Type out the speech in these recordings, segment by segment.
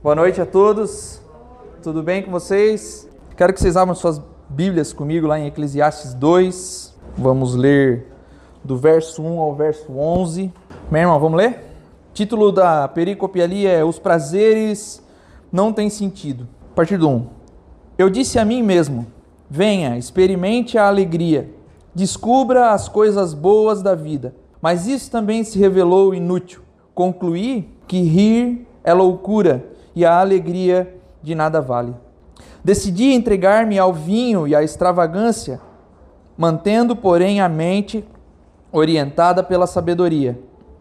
Boa noite a todos, tudo bem com vocês? Quero que vocês abram suas Bíblias comigo lá em Eclesiastes 2, vamos ler do verso 1 ao verso 11. Meu irmão, vamos ler? O título da perícope ali é Os prazeres não têm sentido. A partir do 1. Eu disse a mim mesmo, venha, experimente a alegria, descubra as coisas boas da vida, mas isso também se revelou inútil. Concluí que rir é loucura e a alegria de nada vale. Decidi entregar-me ao vinho e à extravagância, mantendo, porém, a mente orientada pela sabedoria.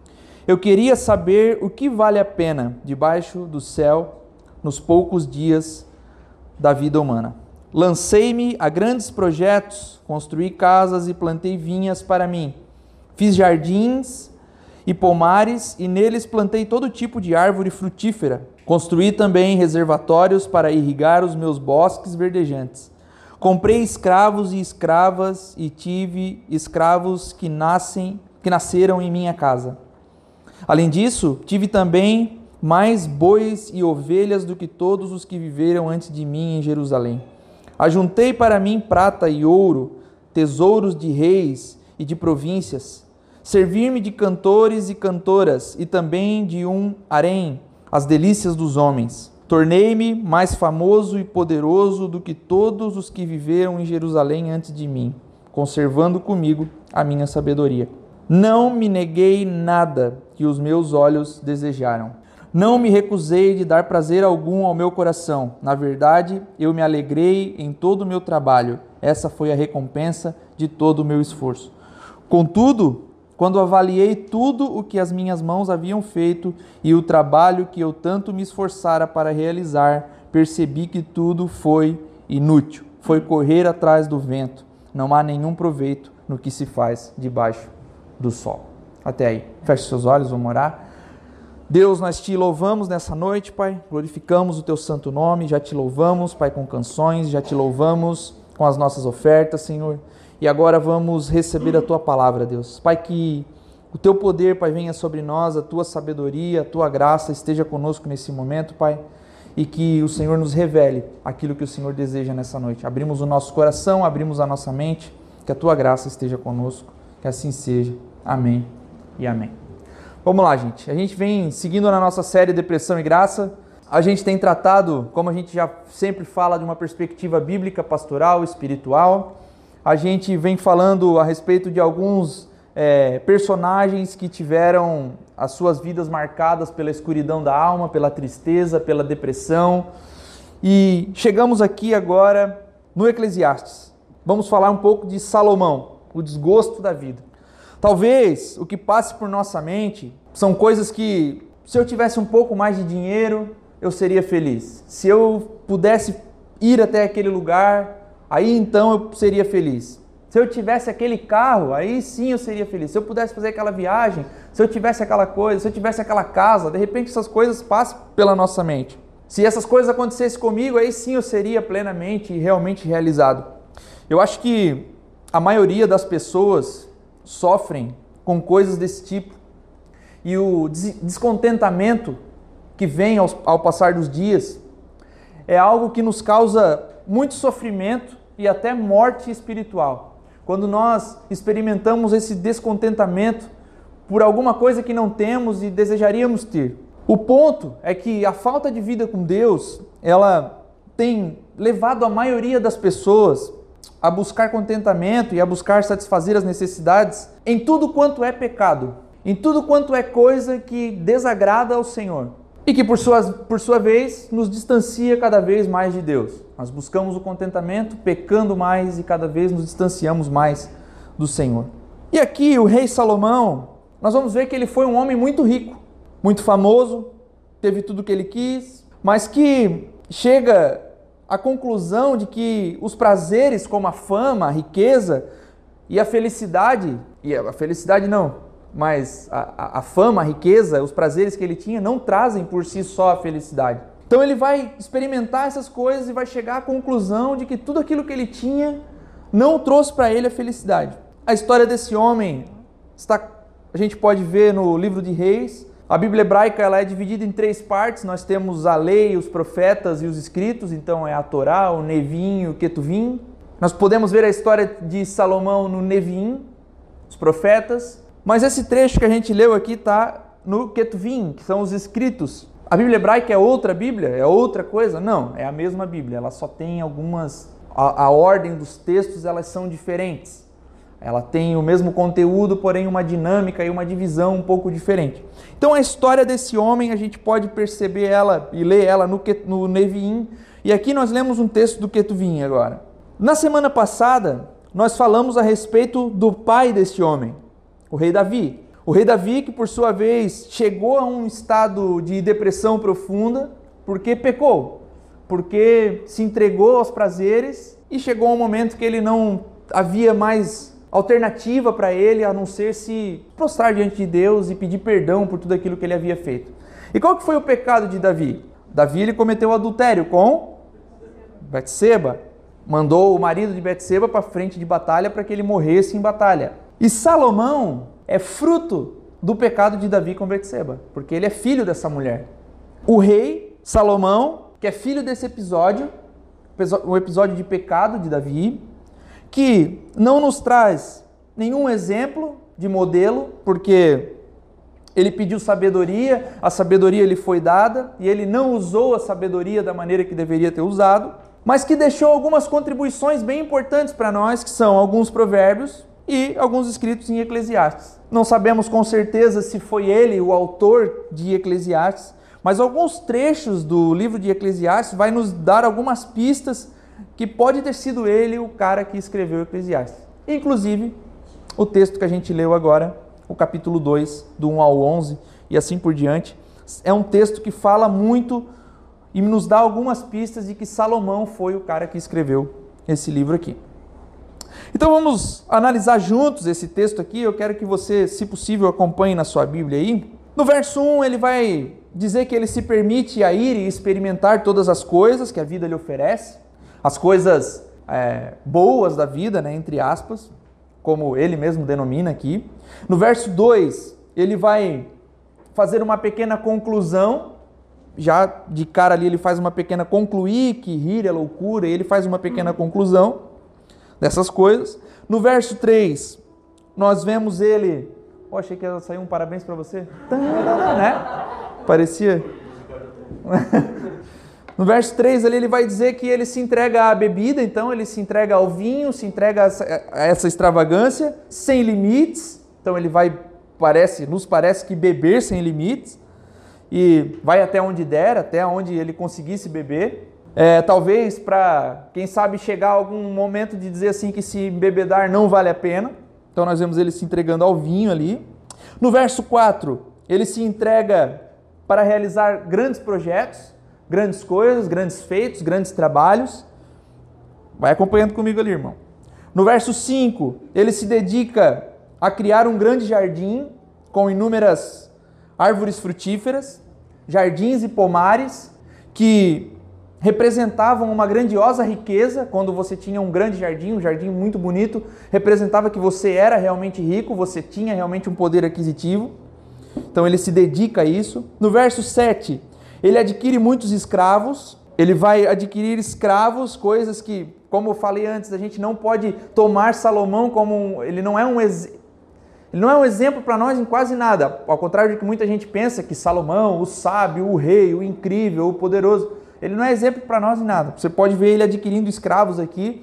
Eu queria saber o que vale a pena debaixo do céu nos poucos dias da vida humana. Lancei-me a grandes projetos, construí casas e plantei vinhas para mim. Fiz jardins e pomares e neles plantei todo tipo de árvore frutífera. Construí também reservatórios para irrigar os meus bosques verdejantes. Comprei escravos e escravas e tive escravos que nasceram em minha casa. Além disso, tive também mais bois e ovelhas do que todos os que viveram antes de mim em Jerusalém. Ajuntei para mim prata e ouro, tesouros de reis e de províncias. Servir-me de cantores e cantoras e também de um harém, as delícias dos homens. Tornei-me mais famoso e poderoso do que todos os que viveram em Jerusalém antes de mim, conservando comigo a minha sabedoria. Não me neguei nada que os meus olhos desejaram. Não me recusei de dar prazer algum ao meu coração. Na verdade, eu me alegrei em todo o meu trabalho. Essa foi a recompensa de todo o meu esforço. Contudo, quando avaliei tudo o que as minhas mãos haviam feito e o trabalho que eu tanto me esforçara para realizar, percebi que tudo foi inútil. Foi correr atrás do vento. Não há nenhum proveito no que se faz debaixo do sol. Até aí. Feche seus olhos, vamos orar. Deus, nós te louvamos nessa noite, Pai. Glorificamos o teu santo nome. Já te louvamos, Pai, com canções. Já te louvamos com as nossas ofertas, Senhor. E agora vamos receber a Tua palavra, Deus. Pai, que o Teu poder, Pai, venha sobre nós, a Tua sabedoria, a Tua graça esteja conosco nesse momento, Pai. E que o Senhor nos revele aquilo que o Senhor deseja nessa noite. Abrimos o nosso coração, abrimos a nossa mente, que a Tua graça esteja conosco. Que assim seja. Amém e amém. Vamos lá, gente. A gente vem seguindo na nossa série Depressão e Graça. A gente tem tratado, como a gente já sempre fala, de uma perspectiva bíblica, pastoral, espiritual. A gente vem falando a respeito de alguns personagens que tiveram as suas vidas marcadas pela escuridão da alma, pela tristeza, pela depressão. E chegamos aqui agora no Eclesiastes. Vamos falar um pouco de Salomão, o desgosto da vida. Talvez o que passe por nossa mente são coisas que, se eu tivesse um pouco mais de dinheiro, eu seria feliz. Se eu pudesse ir até aquele lugar, aí então eu seria feliz. Se eu tivesse aquele carro, aí sim eu seria feliz. Se eu pudesse fazer aquela viagem, se eu tivesse aquela coisa, se eu tivesse aquela casa, de repente essas coisas passam pela nossa mente. Se essas coisas acontecessem comigo, aí sim eu seria plenamente e realmente realizado. Eu acho que a maioria das pessoas sofrem com coisas desse tipo. E o descontentamento que vem ao passar dos dias é algo que nos causa muito sofrimento e até morte espiritual. Quando nós experimentamos esse descontentamento por alguma coisa que não temos e desejaríamos ter. O ponto é que a falta de vida com Deus, ela tem levado a maioria das pessoas a buscar contentamento e a buscar satisfazer as necessidades em tudo quanto é pecado, em tudo quanto é coisa que desagrada ao Senhor. E que por sua vez nos distancia cada vez mais de Deus. Nós buscamos o contentamento, pecando mais e cada vez nos distanciamos mais do Senhor. E aqui o rei Salomão, nós vamos ver que ele foi um homem muito rico, muito famoso, teve tudo o que ele quis, mas que chega à conclusão de que os prazeres como a fama, a riqueza e a felicidade mas a fama, a riqueza, os prazeres que ele tinha não trazem por si só a felicidade. Então ele vai experimentar essas coisas e vai chegar à conclusão de que tudo aquilo que ele tinha não trouxe para ele a felicidade. A história desse homem a gente pode ver no livro de Reis, A Bíblia hebraica ela é dividida em 3 partes. Nós temos a lei, os profetas e os escritos. Então é a Torá, o Nevim e o Ketuvim. Nós podemos ver a história de Salomão no Nevim, os profetas. Mas esse trecho que a gente leu aqui está no Ketuvim, que são os escritos. A Bíblia hebraica é outra Bíblia? É outra coisa? Não, é a mesma Bíblia. Ela só tem algumas... A ordem dos textos, elas são diferentes. Ela tem o mesmo conteúdo, porém uma dinâmica e uma divisão um pouco diferente. Então a história desse homem, a gente pode perceber ela e ler ela no Nevim. E aqui nós lemos um texto do Ketuvim agora. Na semana passada, nós falamos a respeito do pai desse homem, o rei Davi. O rei Davi que, por sua vez, chegou a um estado de depressão profunda porque pecou, porque se entregou aos prazeres e chegou a um momento que ele não havia mais alternativa para ele a não ser se prostrar diante de Deus e pedir perdão por tudo aquilo que ele havia feito. E qual que foi o pecado de Davi? Davi ele cometeu adultério com Betseba. Mandou o marido de Betseba para frente de batalha para que ele morresse em batalha. E Salomão é fruto do pecado de Davi com Betseba, porque ele é filho dessa mulher. O rei Salomão, que é filho desse episódio, o episódio de pecado de Davi, que não nos traz nenhum exemplo de modelo, porque ele pediu sabedoria, a sabedoria lhe foi dada, e ele não usou a sabedoria da maneira que deveria ter usado, mas que deixou algumas contribuições bem importantes para nós, que são alguns provérbios e alguns escritos em Eclesiastes. Não sabemos com certeza se foi ele o autor de Eclesiastes, mas alguns trechos do livro de Eclesiastes vai nos dar algumas pistas que pode ter sido ele o cara que escreveu Eclesiastes. Inclusive, o texto que a gente leu agora, o capítulo 2, do 1 ao 11 e assim por diante, é um texto que fala muito e nos dá algumas pistas de que Salomão foi o cara que escreveu esse livro aqui. Então vamos analisar juntos esse texto aqui. Eu quero que você, se possível, acompanhe na sua Bíblia aí. No verso 1 ele vai dizer que ele se permite a ir e experimentar todas as coisas que a vida lhe oferece, as coisas boas da vida, né, entre aspas, como ele mesmo denomina aqui. No verso 2 ele vai fazer uma pequena conclusão, já de cara ali ele faz uma pequena concluir que rir é loucura, e ele faz uma pequena conclusão dessas coisas. No verso 3, nós vemos ele... Oh, achei que ia sair um parabéns para você. Né? Parecia... No verso 3 ali ele vai dizer que ele se entrega à bebida, então ele se entrega ao vinho, se entrega a essa extravagância, sem limites. Então ele vai, nos parece que beber sem limites, e vai até onde der, até onde ele conseguisse beber. Talvez para, quem sabe, chegar a algum momento de dizer assim que se embebedar não vale a pena. Então nós vemos ele se entregando ao vinho ali. No verso 4, ele se entrega para realizar grandes projetos, grandes coisas, grandes feitos, grandes trabalhos. Vai acompanhando comigo ali, irmão. No verso 5, ele se dedica a criar um grande jardim com inúmeras árvores frutíferas, jardins e pomares que representavam uma grandiosa riqueza. Quando você tinha um grande jardim, um jardim muito bonito, representava que você era realmente rico, você tinha realmente um poder aquisitivo. Então ele se dedica a isso. No verso 7, ele adquire muitos escravos, ele vai adquirir escravos, coisas que, como eu falei antes, a gente não pode tomar Salomão como ele não é um exemplo para nós em quase nada, ao contrário do que muita gente pensa, que Salomão, o sábio, o rei, o incrível, o poderoso, ele não é exemplo para nós em nada. Você pode ver ele adquirindo escravos aqui,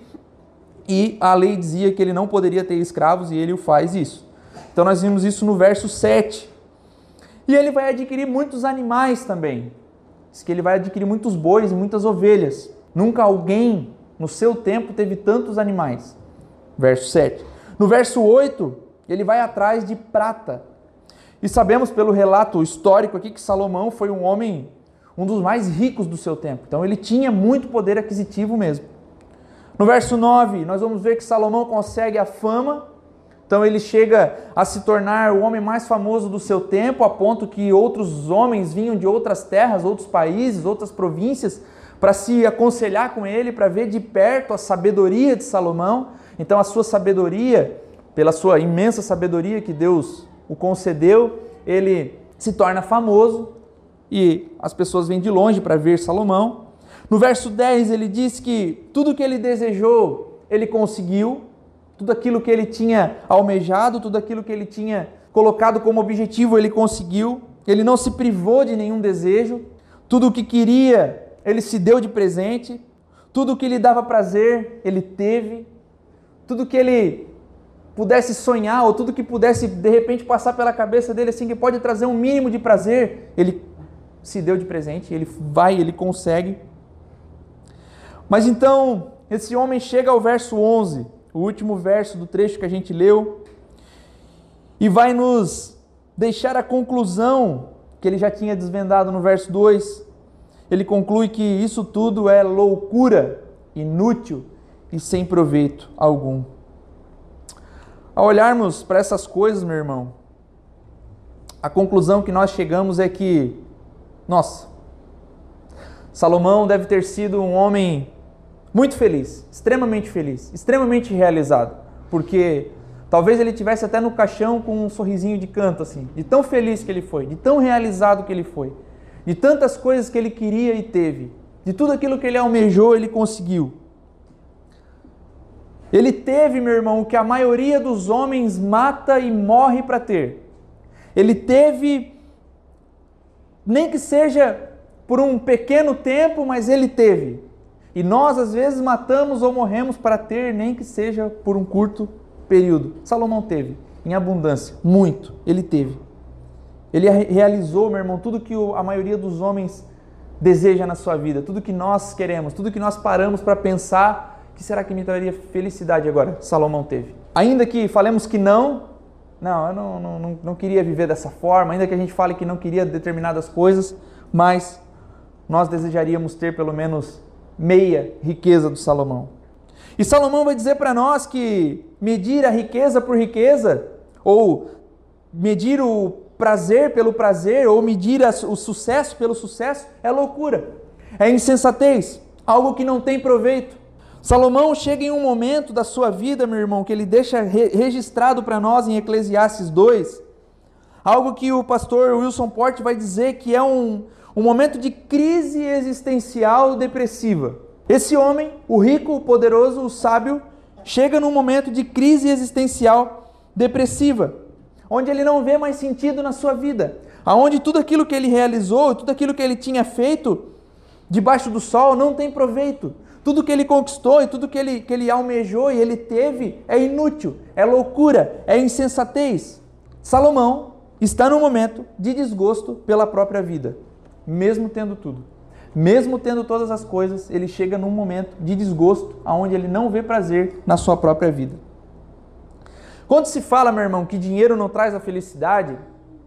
e a lei dizia que ele não poderia ter escravos, e ele o faz isso. Então nós vimos isso no verso 7. E ele vai adquirir muitos animais também. Diz que ele vai adquirir muitos bois e muitas ovelhas. Nunca alguém no seu tempo teve tantos animais. Verso 7. No verso 8, ele vai atrás de prata. E sabemos pelo relato histórico aqui que Salomão foi um homem, um dos mais ricos do seu tempo. Então ele tinha muito poder aquisitivo mesmo. No verso 9, nós vamos ver que Salomão consegue a fama. Então ele chega a se tornar o homem mais famoso do seu tempo, a ponto que outros homens vinham de outras terras, outros países, outras províncias, para se aconselhar com ele, para ver de perto a sabedoria de Salomão. Então a sua sabedoria, pela sua imensa sabedoria que Deus o concedeu, ele se torna famoso e as pessoas vêm de longe para ver Salomão. No verso 10 ele diz que tudo que ele desejou, ele conseguiu, tudo aquilo que ele tinha almejado, tudo aquilo que ele tinha colocado como objetivo, ele conseguiu. Ele não se privou de nenhum desejo, tudo o que queria, ele se deu de presente, tudo o que lhe dava prazer, ele teve, tudo que ele pudesse sonhar, ou tudo que pudesse de repente passar pela cabeça dele, assim, que pode trazer um mínimo de prazer, ele se deu de presente, ele vai, ele consegue. Mas então, esse homem chega ao verso 11, o último verso do trecho que a gente leu, e vai nos deixar a conclusão que ele já tinha desvendado no verso 2. Ele conclui que isso tudo é loucura, inútil e sem proveito algum. Ao olharmos para essas coisas, meu irmão, a conclusão que nós chegamos é que, nossa, Salomão deve ter sido um homem muito feliz, extremamente realizado, porque talvez ele tivesse até no caixão com um sorrisinho de canto, assim, de tão feliz que ele foi, de tão realizado que ele foi, de tantas coisas que ele queria e teve, de tudo aquilo que ele almejou, ele conseguiu. Ele teve, meu irmão, o que a maioria dos homens mata e morre para ter. Ele teve, nem que seja por um pequeno tempo, mas ele teve. E nós, às vezes, matamos ou morremos para ter, nem que seja por um curto período. Salomão teve, em abundância, muito, ele teve. Ele realizou, meu irmão, tudo que a maioria dos homens deseja na sua vida, tudo que nós queremos, tudo que nós paramos para pensar, que será que me traria felicidade agora? Salomão teve. Ainda que falemos que eu não queria viver dessa forma, ainda que a gente fale que não queria determinadas coisas, mas nós desejaríamos ter pelo menos meia riqueza do Salomão. E Salomão vai dizer para nós que medir a riqueza por riqueza, ou medir o prazer pelo prazer, ou medir o sucesso pelo sucesso, é loucura, é insensatez, algo que não tem proveito. Salomão chega em um momento da sua vida, meu irmão, que ele deixa registrado para nós em Eclesiastes 2, algo que o pastor Wilson Porte vai dizer que é um momento de crise existencial depressiva. Esse homem, o rico, o poderoso, o sábio, chega num momento de crise existencial depressiva, onde ele não vê mais sentido na sua vida, onde tudo aquilo que ele realizou, tudo aquilo que ele tinha feito debaixo do sol não tem proveito. Tudo que ele conquistou e tudo que ele almejou e ele teve é inútil, é loucura, é insensatez. Salomão está num momento de desgosto pela própria vida, mesmo tendo tudo. Mesmo tendo todas as coisas, ele chega num momento de desgosto, onde ele não vê prazer na sua própria vida. Quando se fala, meu irmão, que dinheiro não traz a felicidade,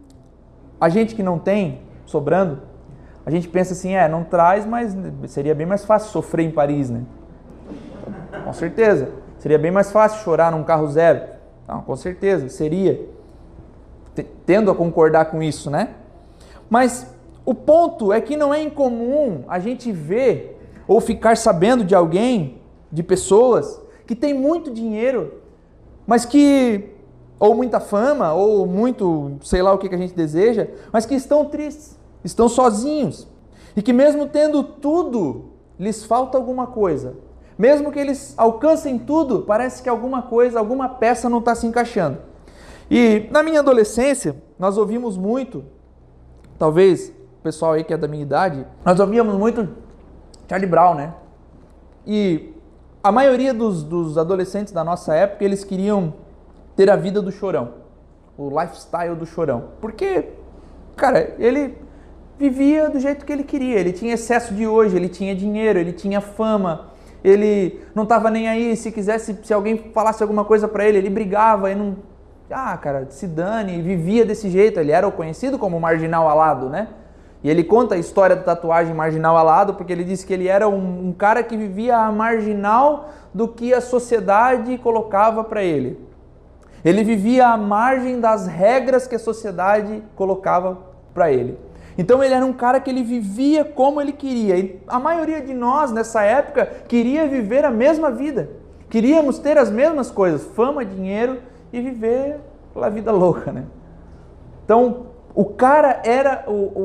a gente que não tem, sobrando, a gente pensa assim, não traz, mas seria bem mais fácil sofrer em Paris, né? Com certeza. Seria bem mais fácil chorar num carro zero. Não, com certeza, seria. Tendo a concordar com isso, né? Mas o ponto é que não é incomum a gente ver ou ficar sabendo de alguém, de pessoas, que tem muito dinheiro, mas que, ou muita fama, ou muito, sei lá o que a gente deseja, mas que estão tristes. Estão sozinhos, e que mesmo tendo tudo, lhes falta alguma coisa. Mesmo que eles alcancem tudo, parece que alguma coisa, alguma peça não está se encaixando. E na minha adolescência, nós ouvimos muito, talvez o pessoal aí que é da minha idade, nós ouvíamos muito Charlie Brown, né? E a maioria dos adolescentes da nossa época, eles queriam ter a vida do chorão, o lifestyle do chorão. Porque, cara, ele vivia do jeito que ele queria, ele tinha excesso de hoje, ele tinha dinheiro, ele tinha fama, ele não estava nem aí, se alguém falasse alguma coisa para ele, ele brigava e não... cara, se dane, e vivia desse jeito, ele era o conhecido como marginal alado, né? E ele conta a história da tatuagem marginal alado, porque ele disse que ele era um cara que vivia à marginal do que a sociedade colocava para ele. Ele vivia à margem das regras que a sociedade colocava para ele. Então ele era um cara que ele vivia como ele queria. E a maioria de nós nessa época queria viver a mesma vida. Queríamos ter as mesmas coisas, fama, dinheiro e viver a vida louca, né? Então, O cara era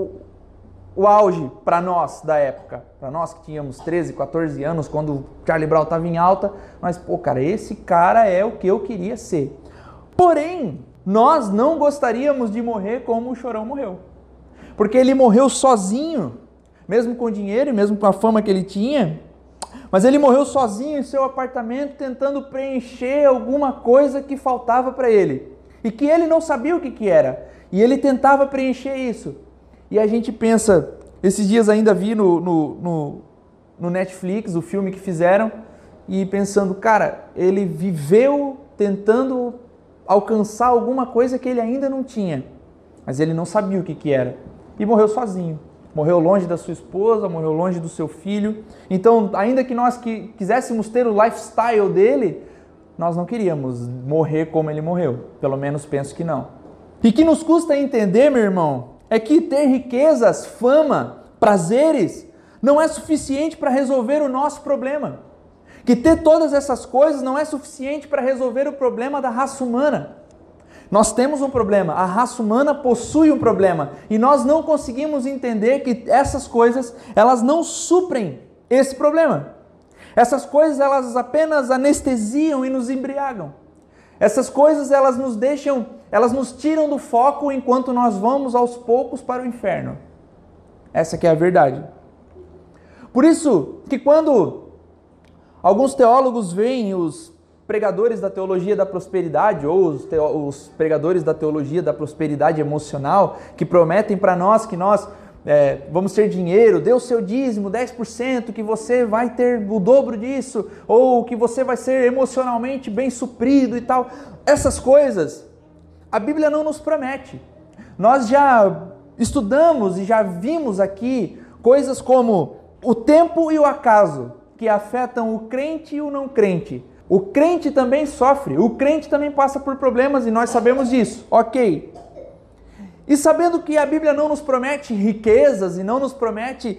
o auge para nós da época. Para nós que tínhamos 13, 14 anos, quando o Charlie Brown estava em alta, mas, pô, cara, esse cara é o que eu queria ser. Porém, nós não gostaríamos de morrer como o Chorão morreu. Porque ele morreu sozinho, mesmo com dinheiro e mesmo com a fama que ele tinha, mas ele morreu sozinho em seu apartamento tentando preencher alguma coisa que faltava para ele e que ele não sabia o que era, e ele tentava preencher isso. E a gente pensa, esses dias ainda vi no Netflix o filme que fizeram, e pensando, cara, ele viveu tentando alcançar alguma coisa que ele ainda não tinha, mas ele não sabia o que era, e morreu sozinho. Morreu longe da sua esposa, morreu longe do seu filho. Então, ainda que nós quiséssemos ter o lifestyle dele, nós não queríamos morrer como ele morreu. Pelo menos penso que não. E que nos custa entender, meu irmão, é que ter riquezas, fama, prazeres, não é suficiente para resolver o nosso problema. Que ter todas essas coisas não é suficiente para resolver o problema da raça humana. Nós temos um problema, a raça humana possui um problema e nós não conseguimos entender que essas coisas, elas não suprem esse problema. Essas coisas, elas apenas anestesiam e nos embriagam. Essas coisas, elas nos tiram do foco enquanto nós vamos aos poucos para o inferno. Essa que é a verdade. Por isso que quando alguns teólogos veem os pregadores da teologia da prosperidade ou os pregadores da teologia da prosperidade emocional que prometem para nós que nós vamos ter dinheiro, dê o seu dízimo, 10%, que você vai ter o dobro disso, ou que você vai ser emocionalmente bem suprido e tal. Essas coisas, a Bíblia não nos promete. Nós já estudamos e já vimos aqui coisas como o tempo e o acaso, que afetam o crente e o não crente. O crente também sofre, o crente também passa por problemas e nós sabemos disso, ok. E sabendo que a Bíblia não nos promete riquezas e não nos promete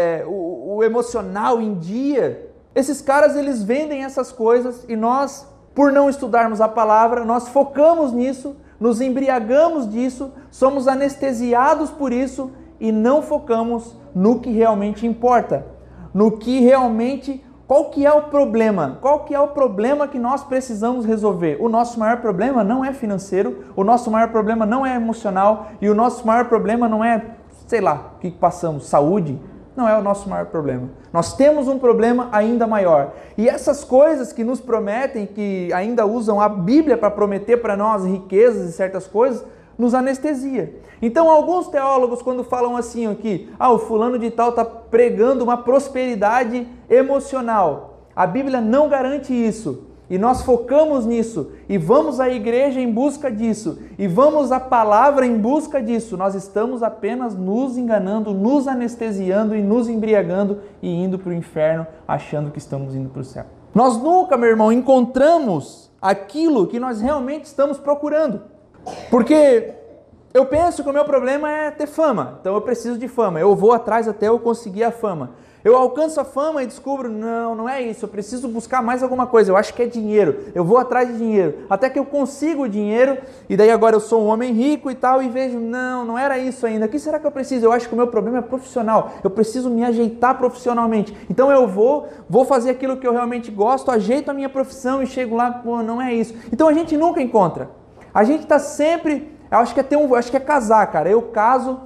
o emocional em dia, esses caras eles vendem essas coisas e nós, por não estudarmos a palavra, nós focamos nisso, nos embriagamos disso, somos anestesiados por isso e não focamos no que realmente importa, no que realmente... Qual que é o problema? Qual que é o problema que nós precisamos resolver? O nosso maior problema não é financeiro, o nosso maior problema não é emocional e o nosso maior problema não é, sei lá, o que passamos, saúde? Não é o nosso maior problema. Nós temos um problema ainda maior. E essas coisas que nos prometem, que ainda usam a Bíblia para prometer para nós riquezas e certas coisas, nos anestesia. Então, alguns teólogos, quando falam assim aqui, o fulano de tal está pregando uma prosperidade emocional. A Bíblia não garante isso. E nós focamos nisso. E vamos à igreja em busca disso. E vamos à palavra em busca disso. Nós estamos apenas nos enganando, nos anestesiando e nos embriagando e indo para o inferno, achando que estamos indo para o céu. Nós nunca, meu irmão, encontramos aquilo que nós realmente estamos procurando. Porque eu penso que o meu problema é ter fama, então eu preciso de fama, eu vou atrás até eu conseguir a fama. Eu alcanço a fama e descubro, não é isso, eu preciso buscar mais alguma coisa, eu acho que é dinheiro, eu vou atrás de dinheiro, até que eu consigo o dinheiro, e daí agora eu sou um homem rico e tal, e vejo, não era isso ainda, o que será que eu preciso? Eu acho que o meu problema é profissional, eu preciso me ajeitar profissionalmente, então eu vou fazer aquilo que eu realmente gosto, ajeito a minha profissão e chego lá, não é isso. Então a gente nunca encontra. A gente está sempre, eu acho que é casar, cara. Eu caso,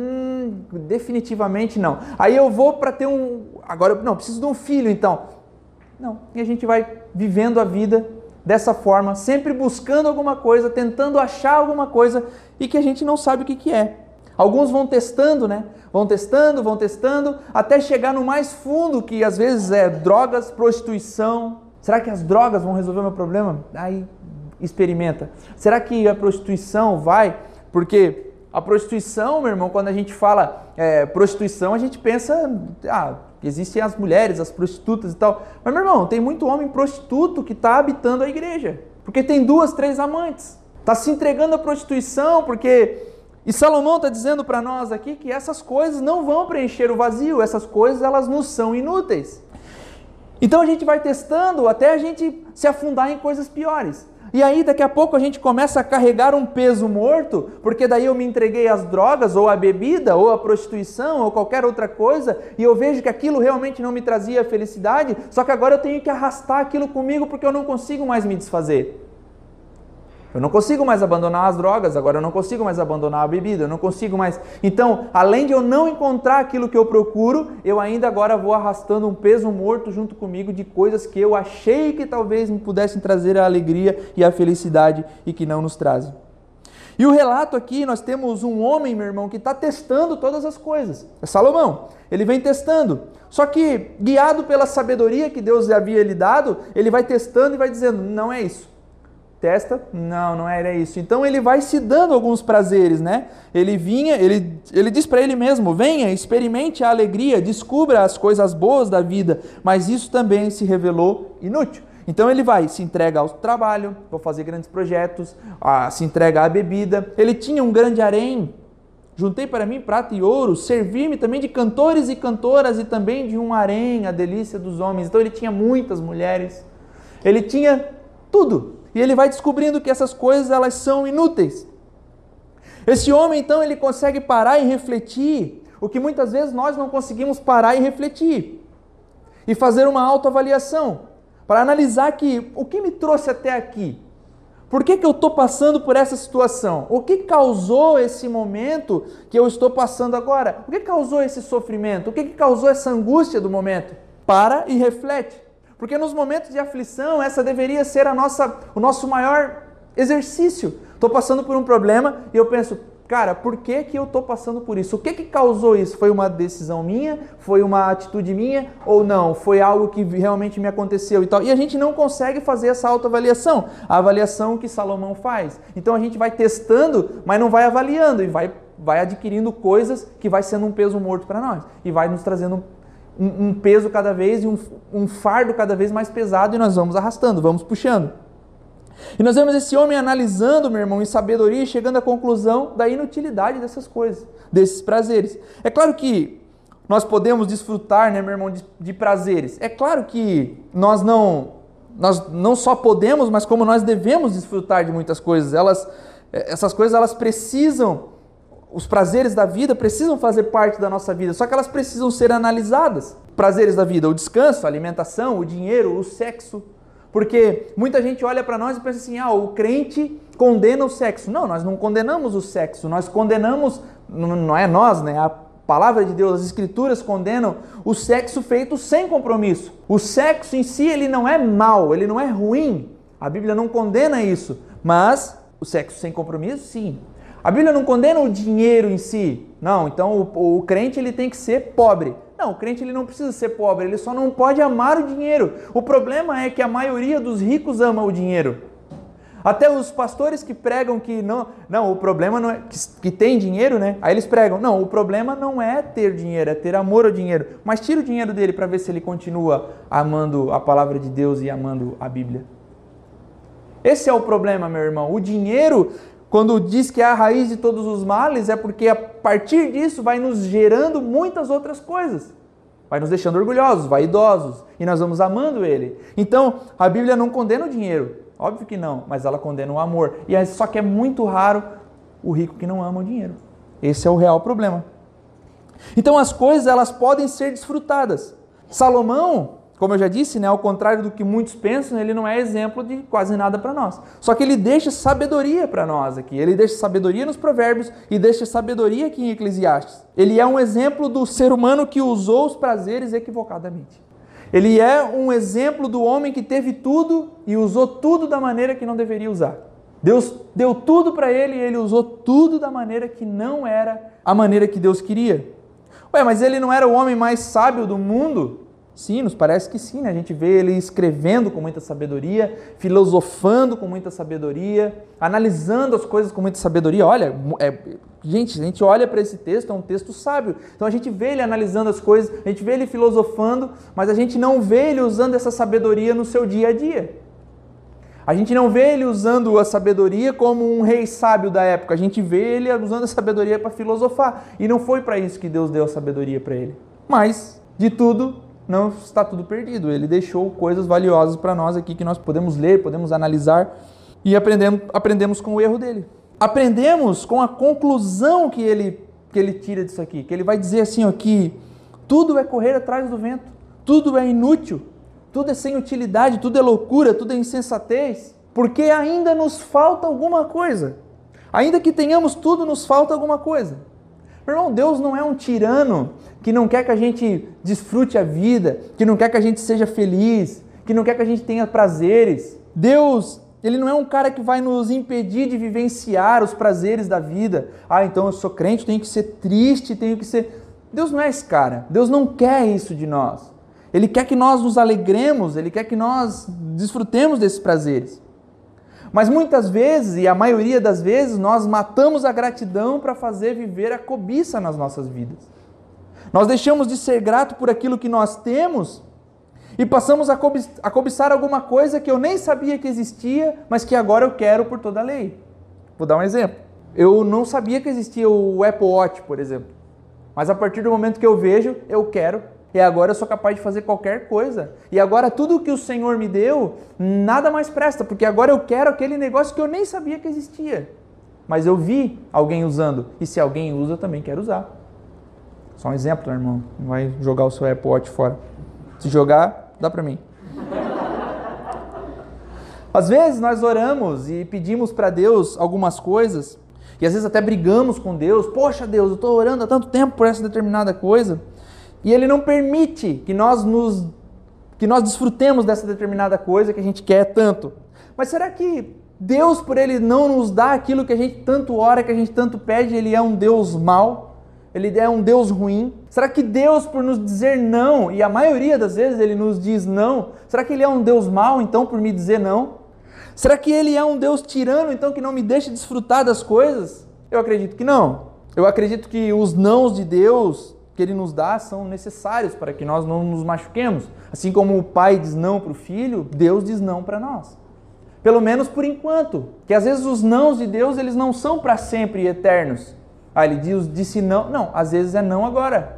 definitivamente não. Aí eu vou para ter agora não, preciso de um filho então. Não, e a gente vai vivendo a vida dessa forma, sempre buscando alguma coisa, tentando achar alguma coisa e que a gente não sabe o que é. Alguns vão testando, né? Vão testando, até chegar no mais fundo, que às vezes é drogas, prostituição. Será que as drogas vão resolver o meu problema? Aí experimenta. Será que a prostituição vai? Porque a prostituição, meu irmão, quando a gente fala prostituição, a gente pensa, existem as mulheres, as prostitutas e tal. Mas, meu irmão, tem muito homem prostituto que está habitando a igreja. Porque tem 2, 3 amantes. Está se entregando à prostituição porque... E Salomão está dizendo para nós aqui que essas coisas não vão preencher o vazio. Essas coisas, elas nos são inúteis. Então a gente vai testando até a gente se afundar em coisas piores. E aí daqui a pouco a gente começa a carregar um peso morto, porque daí eu me entreguei às drogas, ou à bebida, ou à prostituição, ou qualquer outra coisa, e eu vejo que aquilo realmente não me trazia felicidade, só que agora eu tenho que arrastar aquilo comigo porque eu não consigo mais me desfazer. Eu não consigo mais abandonar as drogas, agora eu não consigo mais abandonar a bebida, eu não consigo mais... Então, além de eu não encontrar aquilo que eu procuro, eu ainda agora vou arrastando um peso morto junto comigo de coisas que eu achei que talvez me pudessem trazer a alegria e a felicidade e que não nos trazem. E o relato aqui, nós temos um homem, meu irmão, que está testando todas as coisas. É Salomão. Ele vem testando. Só que, guiado pela sabedoria que Deus havia lhe dado, ele vai testando e vai dizendo, não é isso. Testa, não era isso. Então ele vai se dando alguns prazeres, né? Ele diz para ele mesmo, venha, experimente a alegria, descubra as coisas boas da vida, mas isso também se revelou inútil. Então ele se entrega ao trabalho, vou fazer grandes projetos, se entrega à bebida. Ele tinha um grande harém, juntei para mim prata e ouro, servi-me também de cantores e cantoras e também de um harém, a delícia dos homens. Então ele tinha muitas mulheres, ele tinha tudo. E ele vai descobrindo que essas coisas elas são inúteis. Esse homem, então, ele consegue parar e refletir, o que muitas vezes nós não conseguimos parar e refletir. E fazer uma autoavaliação, para analisar que o que me trouxe até aqui? Por que eu estou passando por essa situação? O que causou esse momento que eu estou passando agora? O que causou esse sofrimento? O que causou essa angústia do momento? Para e reflete. Porque nos momentos de aflição, essa deveria ser o nosso maior exercício. Estou passando por um problema e eu penso, cara, por que eu estou passando por isso? O que causou isso? Foi uma decisão minha? Foi uma atitude minha? Ou não? Foi algo que realmente me aconteceu e tal? E a gente não consegue fazer essa autoavaliação. A avaliação que Salomão faz. Então a gente vai testando, mas não vai avaliando e vai adquirindo coisas que vai sendo um peso morto para nós. E vai nos trazendo um peso cada vez e um fardo cada vez mais pesado e nós vamos arrastando, vamos puxando. E nós vemos esse homem analisando, meu irmão, em sabedoria e chegando à conclusão da inutilidade dessas coisas, desses prazeres. É claro que nós podemos desfrutar, né, meu irmão, de prazeres. É claro que nós não só podemos, mas como nós devemos desfrutar de muitas coisas. Essas coisas elas precisam... Os prazeres da vida precisam fazer parte da nossa vida, só que elas precisam ser analisadas. Prazeres da vida, o descanso, a alimentação, o dinheiro, o sexo. Porque muita gente olha para nós e pensa assim, o crente condena o sexo. Não, nós não condenamos o sexo, nós condenamos, não é nós, né? A palavra de Deus, as escrituras condenam o sexo feito sem compromisso. O sexo em si, ele não é mau, ele não é ruim. A Bíblia não condena isso, mas o sexo sem compromisso, sim. A Bíblia não condena o dinheiro em si. Não, então o crente ele tem que ser pobre. Não, o crente ele não precisa ser pobre, ele só não pode amar o dinheiro. O problema é que a maioria dos ricos ama o dinheiro. Até os pastores que pregam que não, o problema não é que tem dinheiro, né? Aí eles pregam, não, o problema não é ter dinheiro, é ter amor ao dinheiro. Mas tira o dinheiro dele para ver se ele continua amando a palavra de Deus e amando a Bíblia. Esse é o problema, meu irmão. O dinheiro... Quando diz que é a raiz de todos os males, é porque a partir disso vai nos gerando muitas outras coisas. Vai nos deixando orgulhosos, vaidosos, e nós vamos amando ele. Então, a Bíblia não condena o dinheiro, óbvio que não, mas ela condena o amor. E só que é muito raro o rico que não ama o dinheiro. Esse é o real problema. Então, as coisas elas podem ser desfrutadas. Salomão... Como eu já disse, né, ao contrário do que muitos pensam, ele não é exemplo de quase nada para nós. Só que ele deixa sabedoria para nós aqui. Ele deixa sabedoria nos Provérbios e deixa sabedoria aqui em Eclesiastes. Ele é um exemplo do ser humano que usou os prazeres equivocadamente. Ele é um exemplo do homem que teve tudo e usou tudo da maneira que não deveria usar. Deus deu tudo para ele e ele usou tudo da maneira que não era a maneira que Deus queria. Mas ele não era o homem mais sábio do mundo? Sim, nos parece que sim, né? A gente vê ele escrevendo com muita sabedoria, filosofando com muita sabedoria, analisando as coisas com muita sabedoria. Olha, gente, a gente olha para esse texto, é um texto sábio. Então a gente vê ele analisando as coisas, a gente vê ele filosofando, mas a gente não vê ele usando essa sabedoria no seu dia a dia. A gente não vê ele usando a sabedoria como um rei sábio da época, a gente vê ele usando a sabedoria para filosofar. E não foi para isso que Deus deu a sabedoria para ele. Mas, de tudo, não está tudo perdido. Ele deixou coisas valiosas para nós aqui que nós podemos ler, podemos analisar. E aprendemos com o erro dele. Aprendemos com a conclusão que ele tira disso aqui. Que ele vai dizer assim, ó, que tudo é correr atrás do vento. Tudo é inútil. Tudo é sem utilidade. Tudo é loucura. Tudo é insensatez. Porque ainda nos falta alguma coisa. Ainda que tenhamos tudo, nos falta alguma coisa. Meu irmão, Deus não é um tirano que não quer que a gente desfrute a vida, que não quer que a gente seja feliz, que não quer que a gente tenha prazeres. Deus, Ele não é um cara que vai nos impedir de vivenciar os prazeres da vida. Ah, então eu sou crente, tenho que ser triste, tenho que ser... Deus não é esse cara. Deus não quer isso de nós. Ele quer que nós nos alegremos, Ele quer que nós desfrutemos desses prazeres. Mas muitas vezes, e a maioria das vezes, nós matamos a gratidão para fazer viver a cobiça nas nossas vidas. Nós deixamos de ser grato por aquilo que nós temos e passamos a cobiçar alguma coisa que eu nem sabia que existia, mas que agora eu quero por toda a lei. Vou dar um exemplo. Eu não sabia que existia o Apple Watch, por exemplo. Mas a partir do momento que eu vejo, eu quero. E agora eu sou capaz de fazer qualquer coisa. E agora tudo que o Senhor me deu, nada mais presta, porque agora eu quero aquele negócio que eu nem sabia que existia. Mas eu vi alguém usando. E se alguém usa, eu também quero usar. Só um exemplo, né, irmão? Não vai jogar o seu Apple Watch fora. Se jogar, dá pra mim. Às vezes nós oramos e pedimos para Deus algumas coisas, e às vezes até brigamos com Deus. Poxa, Deus, eu estou orando há tanto tempo por essa determinada coisa. E Ele não permite que nós desfrutemos dessa determinada coisa que a gente quer tanto. Mas será que Deus, por Ele não nos dar aquilo que a gente tanto ora, que a gente tanto pede, Ele é um Deus mau? Ele é um Deus ruim? Será que Deus, por nos dizer não, e a maioria das vezes Ele nos diz não, será que Ele é um Deus mau, então, por me dizer não? Será que Ele é um Deus tirano, então, que não me deixa desfrutar das coisas? Eu acredito que não. Eu acredito que os nãos de Deus que Ele nos dá são necessários para que nós não nos machuquemos. Assim como o pai diz não para o filho, Deus diz não para nós. Pelo menos por enquanto. Que às vezes os nãos de Deus, eles não são para sempre e eternos. Ah, Ele disse não. Não, às vezes é não agora.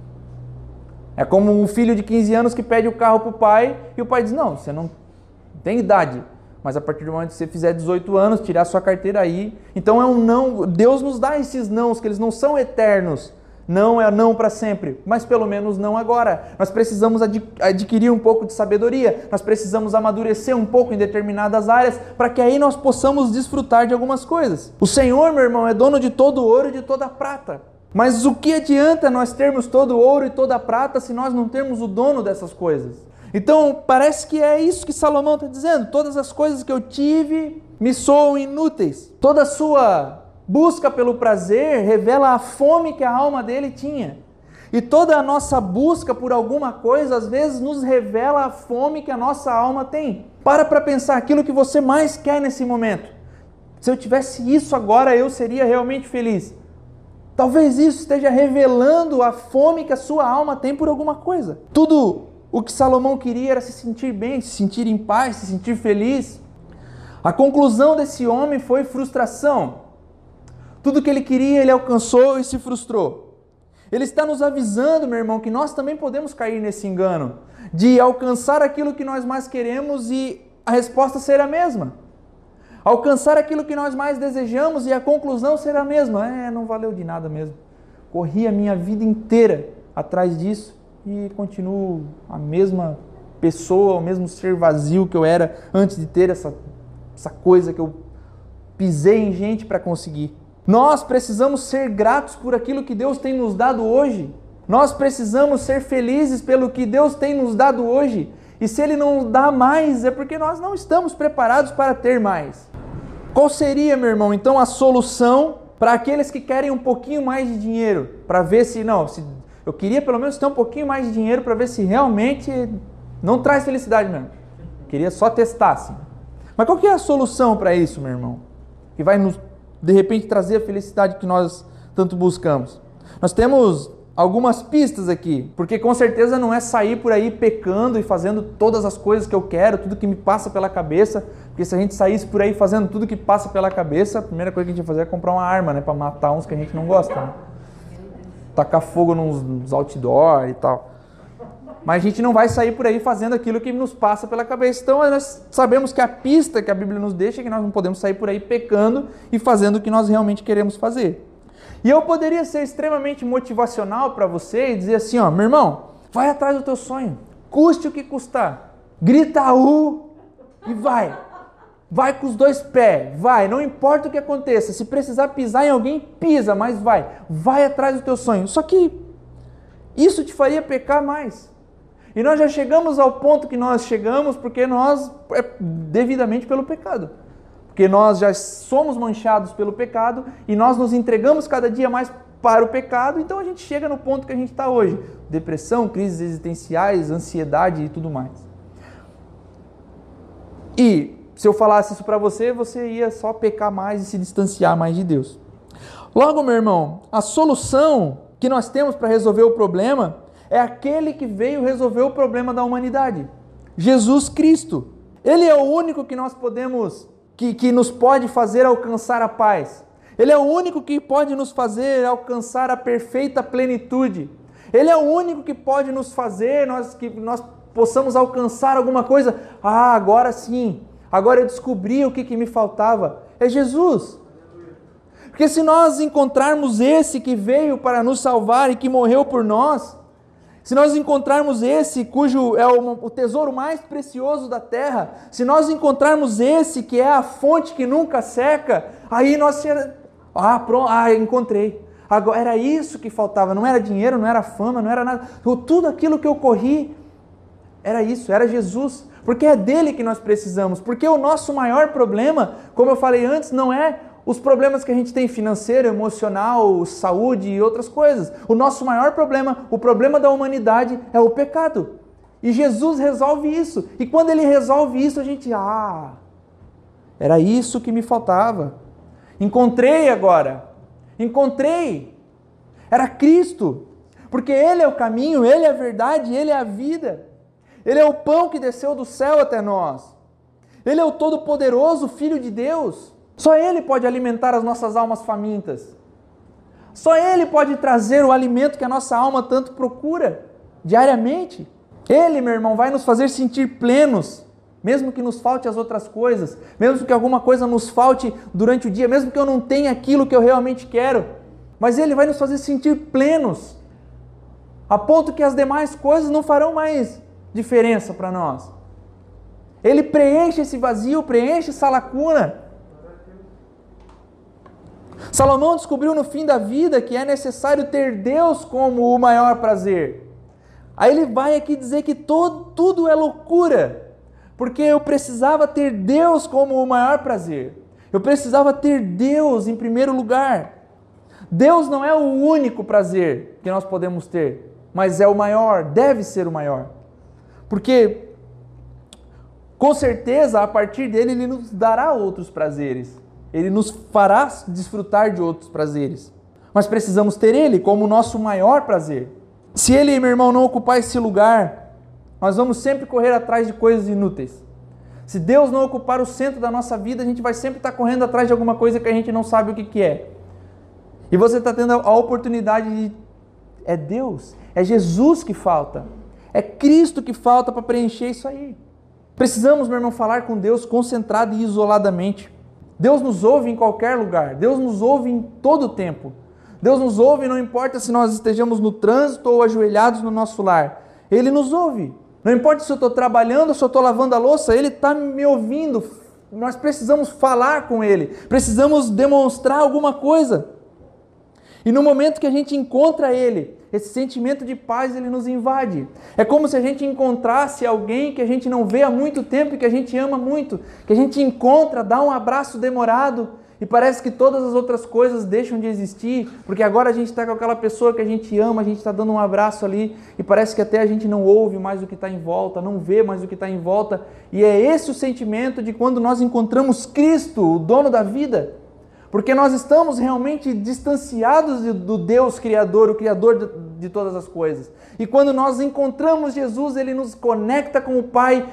É como um filho de 15 anos que pede o carro para o pai e o pai diz, não, você não tem idade. Mas a partir do momento que você fizer 18 anos, tirar sua carteira aí. Então é um não. Deus nos dá esses nãos, que eles não são eternos. Não é não para sempre, mas pelo menos não agora. Nós precisamos adquirir um pouco de sabedoria, nós precisamos amadurecer um pouco em determinadas áreas, para que aí nós possamos desfrutar de algumas coisas. O Senhor, meu irmão, é dono de todo o ouro e de toda a prata. Mas o que adianta nós termos todo o ouro e toda a prata se nós não termos o dono dessas coisas? Então parece que é isso que Salomão está dizendo. Todas as coisas que eu tive me soam inúteis. Toda a sua busca pelo prazer revela a fome que a alma dele tinha. E toda a nossa busca por alguma coisa, às vezes, nos revela a fome que a nossa alma tem. Para pensar aquilo que você mais quer nesse momento. Se eu tivesse isso agora, eu seria realmente feliz. Talvez isso esteja revelando a fome que a sua alma tem por alguma coisa. Tudo o que Salomão queria era se sentir bem, se sentir em paz, se sentir feliz. A conclusão desse homem foi frustração. Tudo que ele queria, ele alcançou e se frustrou. Ele está nos avisando, meu irmão, que nós também podemos cair nesse engano, de alcançar aquilo que nós mais queremos e a resposta ser a mesma. Alcançar aquilo que nós mais desejamos e a conclusão ser a mesma. Não valeu de nada mesmo. Corri a minha vida inteira atrás disso e continuo a mesma pessoa, o mesmo ser vazio que eu era antes de ter essa coisa que eu pisei em gente para conseguir. Nós precisamos ser gratos por aquilo que Deus tem nos dado hoje. Nós precisamos ser felizes pelo que Deus tem nos dado hoje. E se Ele não dá mais, é porque nós não estamos preparados para ter mais. Qual seria, meu irmão, então a solução para aqueles que querem um pouquinho mais de dinheiro? Para ver se eu queria pelo menos ter um pouquinho mais de dinheiro para ver se realmente não traz felicidade mesmo. Queria só testar, assim. Mas qual que é a solução para isso, meu irmão? Que vai nos de repente trazer a felicidade que nós tanto buscamos. Nós temos algumas pistas aqui, porque com certeza não é sair por aí pecando e fazendo todas as coisas que eu quero, tudo que me passa pela cabeça, porque se a gente saísse por aí fazendo tudo que passa pela cabeça, a primeira coisa que a gente ia fazer é comprar uma arma, né, para matar uns que a gente não gosta, né? Tacar fogo nos outdoor e tal. Mas a gente não vai sair por aí fazendo aquilo que nos passa pela cabeça. Então nós sabemos que a pista que a Bíblia nos deixa é que nós não podemos sair por aí pecando e fazendo o que nós realmente queremos fazer. E eu poderia ser extremamente motivacional para você e dizer assim, ó, meu irmão, vai atrás do teu sonho, custe o que custar, grita e vai. Vai com os dois pés, vai, não importa o que aconteça, se precisar pisar em alguém, pisa, mas vai atrás do teu sonho. Só que isso te faria pecar mais. E nós já chegamos ao ponto que nós chegamos porque nós, devidamente pelo pecado. Porque nós já somos manchados pelo pecado e nós nos entregamos cada dia mais para o pecado, então a gente chega no ponto que a gente está hoje. Depressão, crises existenciais, ansiedade e tudo mais. E se eu falasse isso para você, você ia só pecar mais e se distanciar mais de Deus. Logo, meu irmão, a solução que nós temos para resolver o problema é aquele que veio resolver o problema da humanidade. Jesus Cristo. Ele é o único que nós podemos, que nos pode fazer alcançar a paz. Ele é o único que pode nos fazer alcançar a perfeita plenitude. Ele é o único que pode nos fazer que nós possamos alcançar alguma coisa. Ah, agora sim. Agora eu descobri o que me faltava. É Jesus. Porque se nós encontrarmos esse que veio para nos salvar e que morreu por nós, se nós encontrarmos esse cujo é o tesouro mais precioso da terra, se nós encontrarmos esse que é a fonte que nunca seca, aí nós... encontrei. Agora, era isso que faltava, não era dinheiro, não era fama, não era nada. Tudo aquilo que eu corri, era isso, era Jesus. Porque é dele que nós precisamos. Porque o nosso maior problema, como eu falei antes, não é os problemas que a gente tem financeiro, emocional, saúde e outras coisas. O nosso maior problema, o problema da humanidade é o pecado. E Jesus resolve isso. E quando ele resolve isso, a gente, era isso que me faltava. Encontrei agora. Encontrei. Era Cristo. Porque Ele é o caminho, Ele é a verdade, Ele é a vida. Ele é o pão que desceu do céu até nós. Ele é o Todo-Poderoso, Filho de Deus. Só Ele pode alimentar as nossas almas famintas. Só Ele pode trazer o alimento que a nossa alma tanto procura diariamente. Ele, meu irmão, vai nos fazer sentir plenos, mesmo que nos falte as outras coisas, mesmo que alguma coisa nos falte durante o dia, mesmo que eu não tenha aquilo que eu realmente quero, mas Ele vai nos fazer sentir plenos, a ponto que as demais coisas não farão mais diferença para nós. Ele preenche esse vazio, preenche essa lacuna. Salomão descobriu no fim da vida que é necessário ter Deus como o maior prazer. Aí ele vai aqui dizer que tudo é loucura, porque eu precisava ter Deus como o maior prazer. Eu precisava ter Deus em primeiro lugar. Deus não é o único prazer que nós podemos ter, mas é o maior, deve ser o maior. Porque, com certeza, a partir dele, Ele nos dará outros prazeres. Ele nos fará desfrutar de outros prazeres. Mas precisamos ter Ele como o nosso maior prazer. Se Ele, meu irmão, não ocupar esse lugar, nós vamos sempre correr atrás de coisas inúteis. Se Deus não ocupar o centro da nossa vida, a gente vai sempre estar correndo atrás de alguma coisa que a gente não sabe o que é. E você está tendo a oportunidade de... É Deus, é Jesus que falta. É Cristo que falta para preencher isso aí. Precisamos, meu irmão, falar com Deus concentrado e isoladamente. Deus nos ouve em qualquer lugar. Deus nos ouve em todo o tempo. Deus nos ouve, não importa se nós estejamos no trânsito ou ajoelhados no nosso lar. Ele nos ouve. Não importa se eu estou trabalhando ou se eu estou lavando a louça, Ele está me ouvindo. Nós precisamos falar com Ele. Precisamos demonstrar alguma coisa. E no momento que a gente encontra Ele, esse sentimento de paz, Ele nos invade. É como se a gente encontrasse alguém que a gente não vê há muito tempo e que a gente ama muito. Que a gente encontra, dá um abraço demorado e parece que todas as outras coisas deixam de existir, porque agora a gente está com aquela pessoa que a gente ama, a gente está dando um abraço ali e parece que até a gente não ouve mais o que está em volta, não vê mais o que está em volta. E é esse o sentimento de quando nós encontramos Cristo, o dono da vida. Porque nós estamos realmente distanciados do Deus Criador, o Criador de todas as coisas. E quando nós encontramos Jesus, Ele nos conecta com o Pai.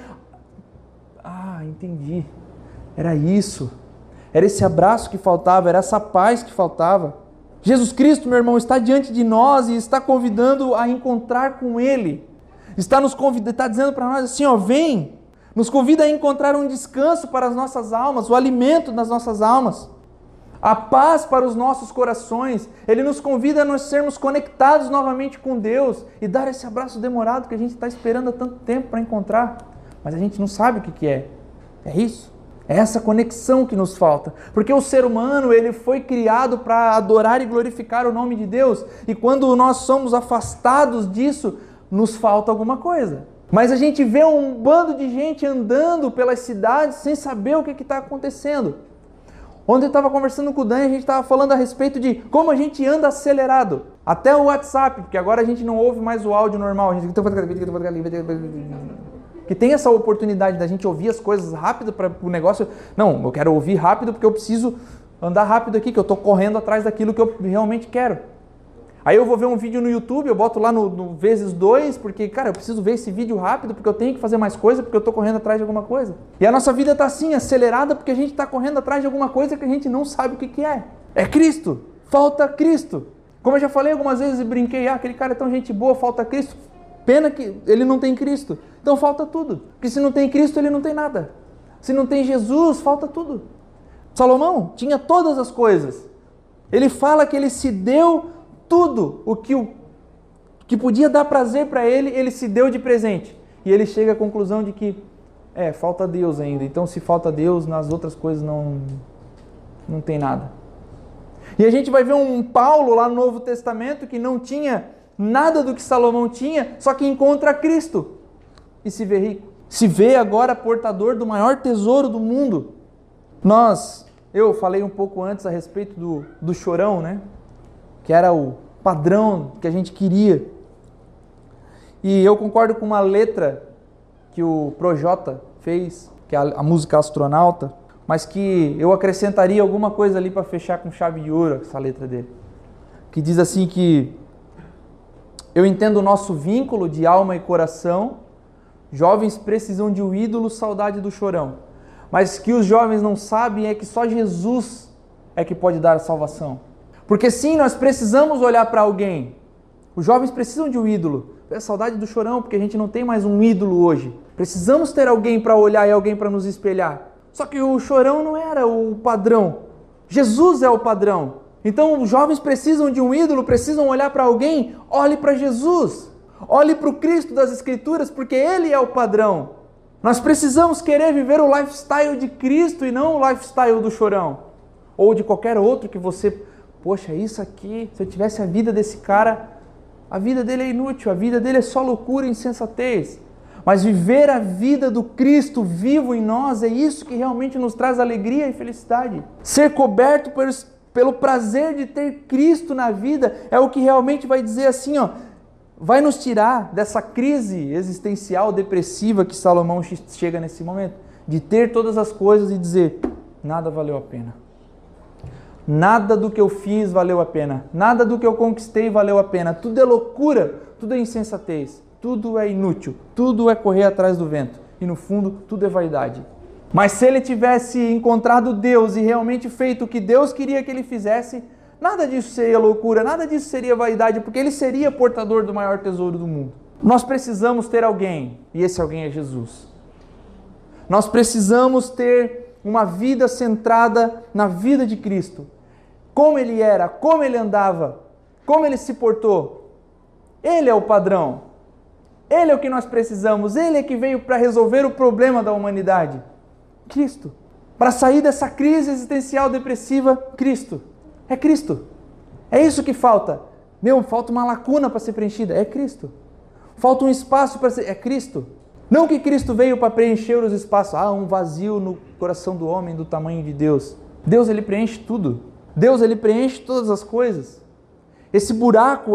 Entendi. Era isso. Era esse abraço que faltava, era essa paz que faltava. Jesus Cristo, meu irmão, está diante de nós e está convidando a encontrar com Ele. Está nos convidando, está dizendo para nós assim, ó, vem, nos convida a encontrar um descanso para as nossas almas, o alimento das nossas almas, a paz para os nossos corações. Ele nos convida a nós sermos conectados novamente com Deus e dar esse abraço demorado que a gente está esperando há tanto tempo para encontrar, mas a gente não sabe o que é. É isso. É essa conexão que nos falta. Porque o ser humano, ele foi criado para adorar e glorificar o nome de Deus. E quando nós somos afastados disso, nos falta alguma coisa. Mas a gente vê um bando de gente andando pelas cidades sem saber o que está acontecendo. Ontem eu estava conversando com o Dan e a gente estava falando a respeito de como a gente anda acelerado. Até o WhatsApp, porque agora a gente não ouve mais o áudio normal. A gente que tem essa oportunidade da gente ouvir as coisas rápido para o negócio. Não, eu quero ouvir rápido porque eu preciso andar rápido aqui, que eu estou correndo atrás daquilo que eu realmente quero. Aí eu vou ver um vídeo no YouTube, eu boto lá no vezes 2, porque, cara, eu preciso ver esse vídeo rápido, porque eu tenho que fazer mais coisa, porque eu estou correndo atrás de alguma coisa. E a nossa vida está assim, acelerada, porque a gente está correndo atrás de alguma coisa que a gente não sabe o que é. É Cristo. Falta Cristo. Como eu já falei algumas vezes e brinquei, aquele cara é tão gente boa, falta Cristo. Pena que ele não tem Cristo. Então falta tudo. Porque se não tem Cristo, ele não tem nada. Se não tem Jesus, falta tudo. Salomão tinha todas as coisas. Ele fala que ele se deu tudo o que podia dar prazer para ele, ele se deu de presente. E ele chega à conclusão de que falta Deus ainda. Então se falta Deus, nas outras coisas não tem nada. E a gente vai ver um Paulo lá no Novo Testamento que não tinha nada do que Salomão tinha, só que encontra Cristo e se vê rico. Se vê agora portador do maior tesouro do mundo. Eu falei um pouco antes a respeito do chorão, né? Que era o padrão que a gente queria. E eu concordo com uma letra que o Projota fez, que é a música Astronauta, mas que eu acrescentaria alguma coisa ali para fechar com chave de ouro essa letra dele. Que diz assim que eu entendo o nosso vínculo de alma e coração, jovens precisam de um ídolo, saudade do chorão. Mas que os jovens não sabem é que só Jesus é que pode dar a salvação. Porque sim, nós precisamos olhar para alguém. Os jovens precisam de um ídolo. É saudade do chorão, porque a gente não tem mais um ídolo hoje. Precisamos ter alguém para olhar e alguém para nos espelhar. Só que o chorão não era o padrão. Jesus é o padrão. Então os jovens precisam de um ídolo, precisam olhar para alguém. Olhe para Jesus. Olhe para o Cristo das Escrituras, porque Ele é o padrão. Nós precisamos querer viver o lifestyle de Cristo e não o lifestyle do chorão. Ou de qualquer outro que você... Poxa, isso aqui, se eu tivesse a vida desse cara, a vida dele é inútil, a vida dele é só loucura e insensatez. Mas viver a vida do Cristo vivo em nós é isso que realmente nos traz alegria e felicidade. Ser coberto pelo prazer de ter Cristo na vida é o que realmente vai dizer assim, vai nos tirar dessa crise existencial depressiva que Salomão chega nesse momento, de ter todas as coisas e dizer, nada valeu a pena. Nada do que eu fiz valeu a pena. Nada do que eu conquistei valeu a pena. Tudo é loucura, tudo é insensatez, tudo é inútil, tudo é correr atrás do vento. E no fundo, tudo é vaidade. Mas se ele tivesse encontrado Deus e realmente feito o que Deus queria que ele fizesse, nada disso seria loucura, nada disso seria vaidade, porque ele seria portador do maior tesouro do mundo. Nós precisamos ter alguém, e esse alguém é Jesus. Nós precisamos ter uma vida centrada na vida de Cristo. Como ele era, como ele andava, como ele se portou. Ele é o padrão. Ele é o que nós precisamos. Ele é que veio para resolver o problema da humanidade. Cristo. Para sair dessa crise existencial depressiva, Cristo. É Cristo. É isso que falta. Falta uma lacuna para ser preenchida. É Cristo. Falta um espaço para ser... É Cristo. Não que Cristo veio para preencher os espaços. Um vazio no coração do homem do tamanho de Deus. Deus, ele preenche tudo. Deus, ele preenche todas as coisas. Esse buraco,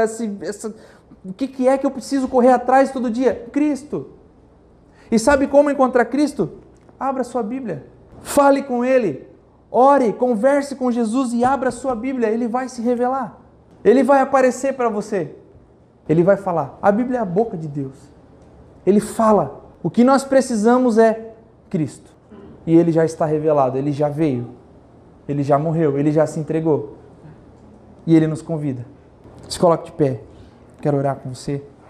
o que é que eu preciso correr atrás todo dia? Cristo. E sabe como encontrar Cristo? Abra sua Bíblia. Fale com Ele. Ore, converse com Jesus e abra sua Bíblia. Ele vai se revelar. Ele vai aparecer para você. Ele vai falar. A Bíblia é a boca de Deus. Ele fala. O que nós precisamos é Cristo. E Ele já está revelado. Ele já veio. Ele já morreu. Ele já se entregou. E Ele nos convida. Se coloque de pé. Quero orar com você.